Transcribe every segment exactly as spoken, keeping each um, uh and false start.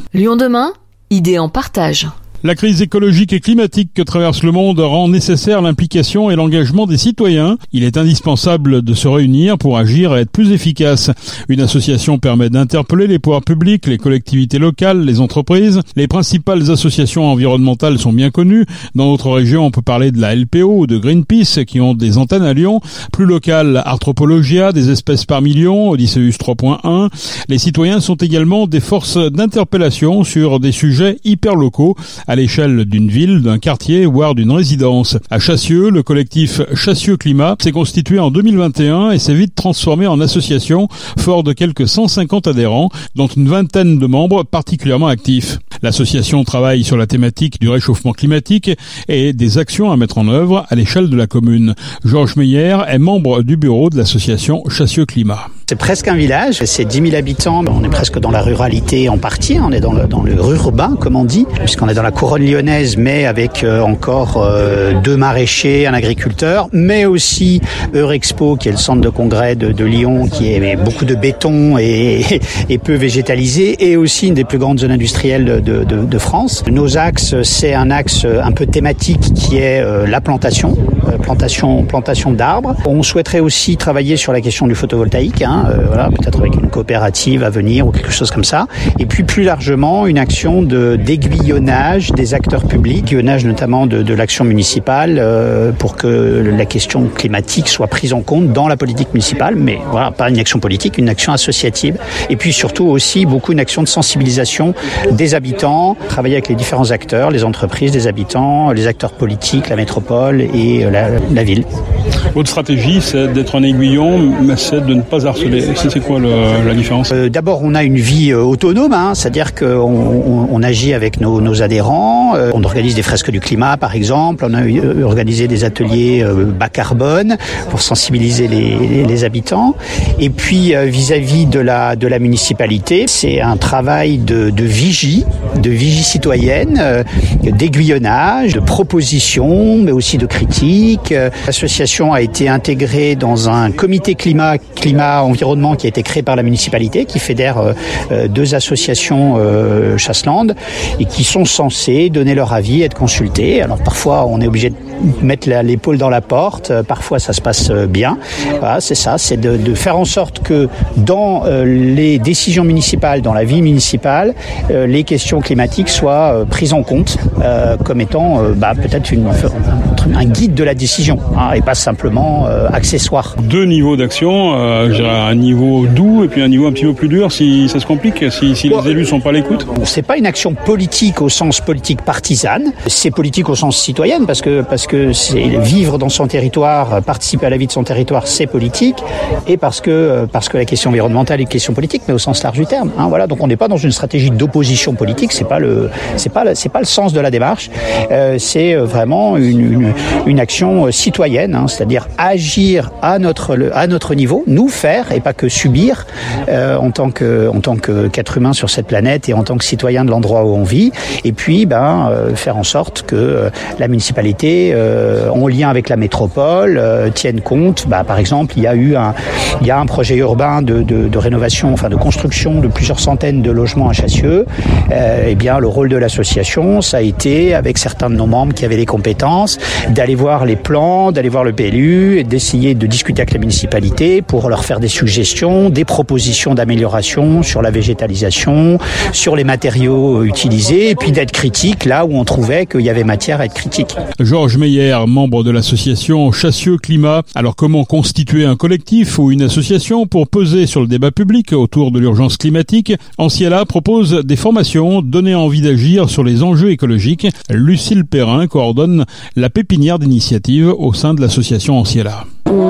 Lyon demain, idées en partage. La crise écologique et climatique que traverse le monde rend nécessaire l'implication et l'engagement des citoyens. Il est indispensable de se réunir pour agir et être plus efficace. Une association permet d'interpeller les pouvoirs publics, les collectivités locales, les entreprises. Les principales associations environnementales sont bien connues. Dans notre région, on peut parler de la L P O ou de Greenpeace qui ont des antennes à Lyon. Plus local, Arthropologia, des espèces par million, Odysseus trois point un. Les citoyens sont également des forces d'interpellation sur des sujets hyper locaux, à l'échelle d'une ville, d'un quartier, voire d'une résidence. À Chassieux, le collectif Chassieux Climat s'est constitué en deux mille vingt et un et s'est vite transformé en association, fort de quelques cent cinquante adhérents, dont une vingtaine de membres particulièrement actifs. L'association travaille sur la thématique du réchauffement climatique et des actions à mettre en œuvre à l'échelle de la commune. Georges Meyer est membre du bureau de l'association Chassieux Climat. C'est presque un village, c'est dix mille habitants, on est presque dans la ruralité en partie, on est dans le, dans le rurbain comme on dit, puisqu'on est dans la couronne lyonnaise, mais avec euh, encore euh, deux maraîchers, un agriculteur, mais aussi Eurexpo qui est le centre de congrès de, de Lyon, qui est beaucoup de béton et, et peu végétalisé, et aussi une des plus grandes zones industrielles de, de, de France. Nos axes, c'est un axe un peu thématique qui est euh, la plantation, euh, plantation, plantation d'arbres. On souhaiterait aussi travailler sur la question du photovoltaïque, hein, euh, voilà, peut-être avec une coopérative à venir ou quelque chose comme ça. Et puis plus largement, une action de, d'aiguillonnage des acteurs publics, aiguillonnage notamment de, de l'action municipale euh, pour que la question climatique soit prise en compte dans la politique municipale, mais voilà, pas une action politique, une action associative. Et puis surtout aussi beaucoup une action de sensibilisation des habitants, travailler avec les différents acteurs, les entreprises, les habitants, les acteurs politiques, la métropole et la, la ville. Votre stratégie, c'est d'être un aiguillon, mais c'est de ne pas harceler. C'est quoi le, la différence ? euh, D'abord, on a une vie euh, autonome, hein, c'est-à-dire qu'on on, on agit avec nos, nos adhérents. Euh, on organise des fresques du climat, par exemple. On a euh, organisé des ateliers euh, bas carbone pour sensibiliser les, les, les habitants. Et puis, euh, vis-à-vis de la, de la municipalité, c'est un travail de, de vigie, de vigie citoyenne, euh, d'aiguillonnage, de proposition, mais aussi de critique. Euh, l'association a été intégrée dans un comité climat, climat environnement qui a été créé par la municipalité, qui fédère euh, deux associations euh, Chasseland et qui sont censées donner leur avis, être consultés. Alors parfois on est obligé de mettre la, l'épaule dans la porte, euh, parfois ça se passe euh, bien. Voilà, c'est ça, c'est de, de faire en sorte que dans euh, les décisions municipales, dans la vie municipale, euh, les questions climatiques soient euh, prises en compte euh, comme étant euh, bah, peut-être une, un, un guide de la décision, hein, et pas simplement euh, accessoire. Deux niveaux d'action, euh, j'ai un niveau doux et puis un niveau un petit peu plus dur si ça se complique, si, si bon, les élus sont pas à l'écoute. C'est pas une action politique au sens politique partisane, c'est politique au sens citoyenne parce que parce que c'est vivre dans son territoire, participer à la vie de son territoire, c'est politique, et parce que parce que la question environnementale est une question politique, mais au sens large du terme. Hein, voilà, donc on n'est pas dans une stratégie d'opposition politique, c'est pas le c'est pas c'est pas le sens de la démarche. Euh, c'est vraiment une, une une action citoyenne, hein, c'est-à-dire agir à notre à notre niveau, nous faire et pas que subir euh, en tant que en tant que qu'être humain sur cette planète et en tant que citoyen de l'endroit où on vit, et puis ben euh, faire en sorte que euh, la municipalité euh, en lien avec la métropole euh, tienne compte. Bah, par exemple, il y a eu un il y a un projet urbain de, de, de rénovation, enfin de construction de plusieurs centaines de logements à Chassieux. Euh, et bien le rôle de l'association, ça a été, avec certains de nos membres qui avaient les compétences, d'aller voir les plans, d'aller voir le P L U et d'essayer de discuter avec la municipalité pour leur faire des suggestions, des propositions d'amélioration sur la végétalisation, sur les matériaux utilisés, et puis d'être critique là où on trouvait qu'il y avait matière à être critique. Georges Meyer, membre de l'association Chassieux Climat. Alors comment constituer un collectif ou une association pour peser sur le débat public autour de l'urgence climatique? Anciela propose des formations, donner envie d'agir sur les enjeux écologiques. Lucille Perrin coordonne la pépinière d'initiative au sein de l'association Anciela.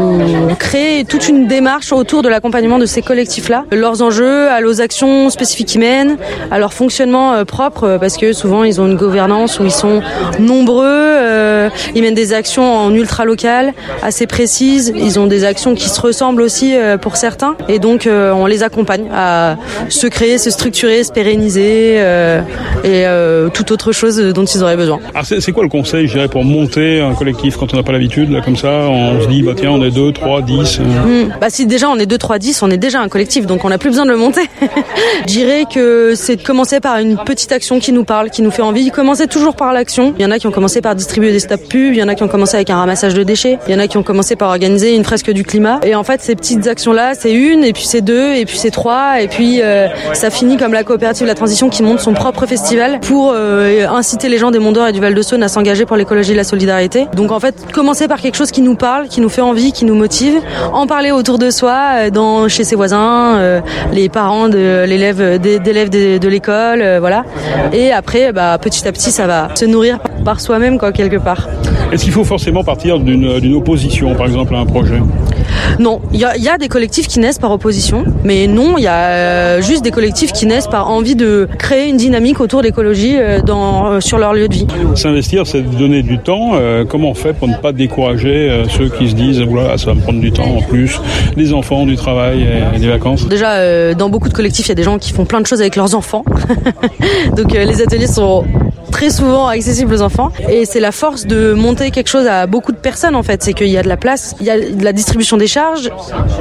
On crée toute une démarche autour de l'accompagnement de ces collectifs-là, leurs enjeux, à leurs actions spécifiques qu'ils mènent, à leur fonctionnement euh, propre, parce que souvent ils ont une gouvernance où ils sont nombreux, euh, ils mènent des actions en ultra-local, assez précises, ils ont des actions qui se ressemblent aussi euh, pour certains, et donc euh, on les accompagne à se créer, se structurer, se pérenniser, euh, et euh, toute autre chose dont ils auraient besoin. Alors c'est, c'est quoi le conseil, je dirais, pour monter un collectif quand on n'a pas l'habitude, là, comme ça, on se dit, bah tiens, on est deux, deux, trois, dix. Euh... Mmh. Bah si déjà on est deux, trois, dix, on est déjà un collectif, donc on n'a plus besoin de le monter. Je dirais que c'est de commencer par une petite action qui nous parle, qui nous fait envie. Commencer toujours par l'action. Il y en a qui ont commencé par distribuer des stop pubs, il y en a qui ont commencé avec un ramassage de déchets, il y en a qui ont commencé par organiser une fresque du climat. Et en fait, ces petites actions-là, c'est une, et puis c'est deux, et puis c'est trois, et puis euh, ça finit comme la coopérative La Transition qui monte son propre festival pour euh, inciter les gens des Monts d'Or et du Val-de-Saône à s'engager pour l'écologie et la solidarité. Donc en fait, commencer par quelque chose qui nous parle, qui nous fait envie, qui nous motive, en parler autour de soi, dans chez ses voisins, euh, les parents de l'élève, d'élèves de, de l'école, euh, voilà. Et après, bah, petit à petit, ça va se nourrir par soi-même, quoi, quelque part. Est-ce qu'il faut forcément partir d'une, d'une opposition, par exemple, à un projet ? Non, il y a, y a des collectifs qui naissent par opposition, mais non, il y a euh, juste des collectifs qui naissent par envie de créer une dynamique autour de l'écologie euh, dans, euh, sur leur lieu de vie. S'investir, c'est donner du temps. Euh, comment on fait pour ne pas décourager euh, ceux qui se disent voilà, ça va me prendre du temps en plus, les enfants, du travail et, et des vacances? Déjà, euh, dans beaucoup de collectifs, il y a des gens qui font plein de choses avec leurs enfants. Donc euh, les ateliers sont très souvent accessibles aux enfants, et c'est la force de monter quelque chose à beaucoup de personnes en fait, c'est qu'il y a de la place, il y a de la distribution des charges,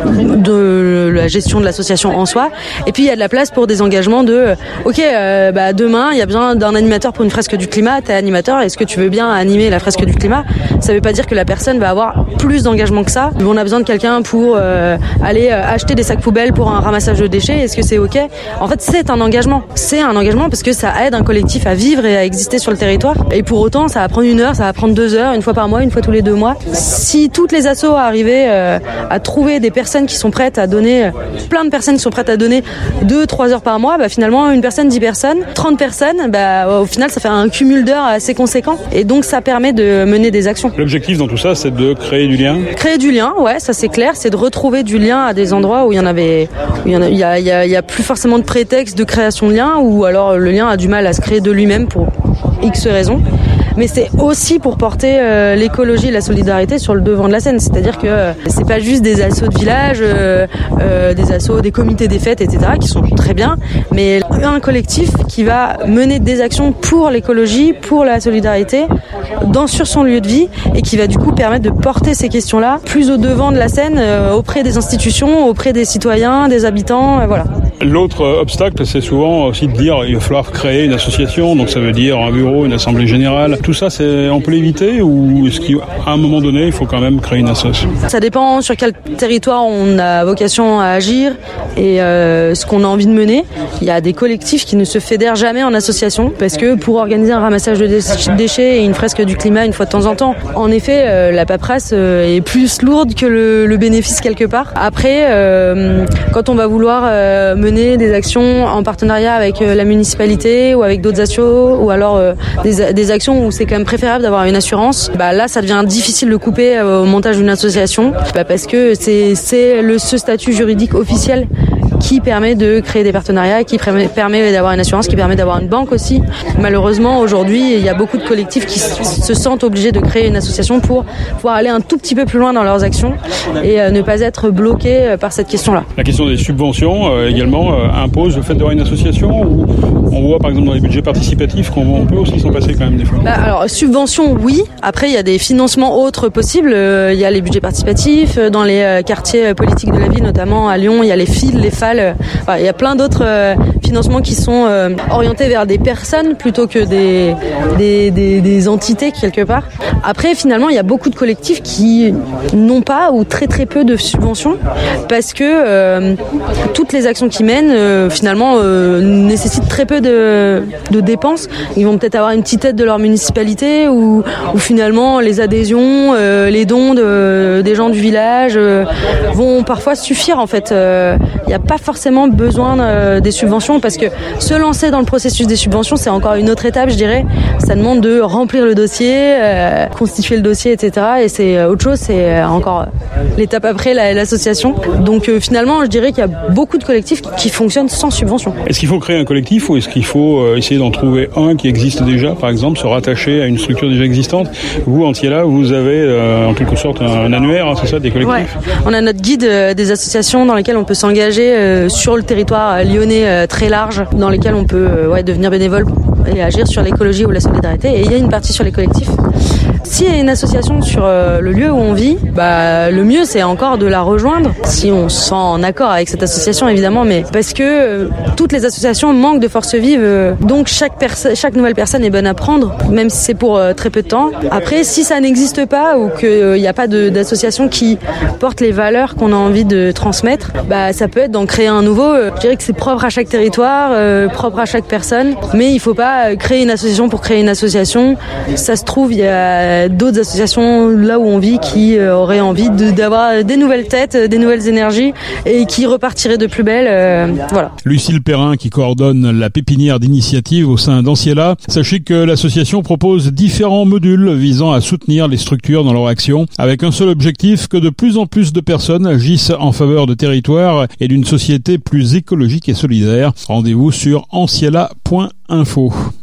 de la gestion de l'association en soi, et puis il y a de la place pour des engagements de ok euh, bah demain il y a besoin d'un animateur pour une fresque du climat, t'es animateur, est-ce que tu veux bien animer la fresque du climat? Ça veut pas dire que la personne va avoir plus d'engagement que ça. On a besoin de quelqu'un pour euh, aller euh, acheter des sacs poubelles pour un ramassage de déchets, est-ce que c'est ok? En fait c'est un engagement, c'est un engagement parce que ça aide un collectif à vivre et à exister sur le territoire, et pour autant ça va prendre une heure, ça va prendre deux heures, une fois par mois, une fois tous les deux mois. Si toutes les assos arrivaient euh, à trouver des personnes qui sont prêtes à donner, plein de personnes qui sont prêtes à donner deux, trois heures par mois, bah finalement une personne, dix personnes, trente personnes, bah au final ça fait un cumul d'heures assez conséquent, et donc ça permet de mener des actions. L'objectif dans tout ça, c'est de créer du lien. Créer du lien, ouais, ça c'est clair, c'est de retrouver du lien à des endroits où il y en avait, où il y en a, il y a, il y a, il y a plus forcément de prétexte de création de lien, ou alors le lien a du mal à se créer de lui-même pour X raisons. Mais c'est aussi pour porter euh, l'écologie et la solidarité sur le devant de la scène. C'est-à-dire que euh, c'est pas juste des assos de village, euh, euh, des assos, des comités des fêtes, et cetera, qui sont très bien, mais un collectif qui va mener des actions pour l'écologie, pour la solidarité, dans, sur son lieu de vie, et qui va du coup permettre de porter ces questions-là plus au devant de la scène, euh, auprès des institutions, auprès des citoyens, des habitants, euh, voilà. L'autre obstacle, c'est souvent aussi de dire il va falloir créer une association, donc ça veut dire un bureau, une assemblée générale. Tout ça, c'est, on peut l'éviter, ou est-ce qu'à un moment donné, il faut quand même créer une association? Ça dépend sur quel territoire on a vocation à agir et euh, ce qu'on a envie de mener. Il y a des collectifs qui ne se fédèrent jamais en association, parce que pour organiser un ramassage de déchets et une fresque du climat une fois de temps en temps, en effet, euh, la paperasse euh, est plus lourde que le, le bénéfice quelque part. Après, euh, quand on va vouloir euh, mener des actions en partenariat avec euh, la municipalité ou avec d'autres assos, ou alors euh, des, des actions où c'est quand même préférable d'avoir une assurance, bah là ça devient difficile de couper euh, au montage d'une association, bah parce que c'est, c'est le, ce statut juridique officiel qui permet de créer des partenariats, qui permet d'avoir une assurance, qui permet d'avoir une banque aussi. Malheureusement, aujourd'hui, il y a beaucoup de collectifs qui se sentent obligés de créer une association pour pouvoir aller un tout petit peu plus loin dans leurs actions et ne pas être bloqués par cette question-là. La question des subventions euh, également euh, impose le fait d'avoir une association, ou on voit par exemple dans les budgets participatifs qu'on peut aussi s'en passer quand même des fois. Bah, alors, subventions, oui. Après, il y a des financements autres possibles. Euh, il y a les budgets participatifs. Dans les euh, quartiers politiques de la ville, notamment à Lyon, il y a les F I L, les F A L. Enfin, il y a plein d'autres euh, financements qui sont euh, orientés vers des personnes plutôt que des, des, des, des entités quelque part. Après, finalement, il y a beaucoup de collectifs qui n'ont pas ou très très peu de subventions, parce que euh, toutes les actions qu'ils mènent euh, finalement euh, nécessitent très peu de, de dépenses. Ils vont peut-être avoir une petite aide de leur municipalité, ou, ou finalement les adhésions, euh, les dons de, des gens du village euh, vont parfois suffire en fait. Il euh, n'y a pas forcément besoin euh, des subventions, parce que se lancer dans le processus des subventions, c'est encore une autre étape, je dirais. Ça demande de remplir le dossier, euh, constituer le dossier, et cetera. Et c'est autre chose, c'est encore l'étape après la, l'association. Donc euh, finalement, je dirais qu'il y a beaucoup de collectifs qui fonctionnent sans subvention. Est-ce qu'il faut créer un collectif, ou est-ce qu'il faut euh, essayer d'en trouver un qui existe déjà, par exemple, se rattacher à une structure déjà existante? Vous, Antiella, vous avez euh, en quelque sorte un, un annuaire, hein, c'est ça, des collectifs? Ouais. On a notre guide euh, des associations dans lesquelles on peut s'engager euh, sur le territoire lyonnais euh, très large, dans lesquelles on peut euh, ouais, devenir bénévole et agir sur l'écologie ou la solidarité. Et il y a une partie sur les collectifs. S'il y a une association sur euh, le lieu où on vit, bah, le mieux c'est encore de la rejoindre, si on se sent en accord avec cette association évidemment, mais parce que euh, toutes les associations manquent de force vive, euh, donc chaque, perso- chaque nouvelle personne est bonne à prendre, même si c'est pour euh, très peu de temps. Après, si ça n'existe pas ou qu'il n'y euh, a pas de, d'association qui porte les valeurs qu'on a envie de transmettre, bah, ça peut être d'en créer un nouveau. Euh, je dirais que c'est propre à chaque territoire, euh, propre à chaque personne, mais il ne faut pas créer une association pour créer une association. Ça se trouve, il y a d'autres associations là où on vit qui euh, auraient envie de, d'avoir des nouvelles têtes, des nouvelles énergies et qui repartiraient de plus belle. Euh, voilà. Lucille Perrin, qui coordonne la pépinière d'initiative au sein d'Anciella. Sachez que l'association propose différents modules visant à soutenir les structures dans leur action, avec un seul objectif, que de plus en plus de personnes agissent en faveur de territoires et d'une société plus écologique et solidaire. Rendez-vous sur anciella point info.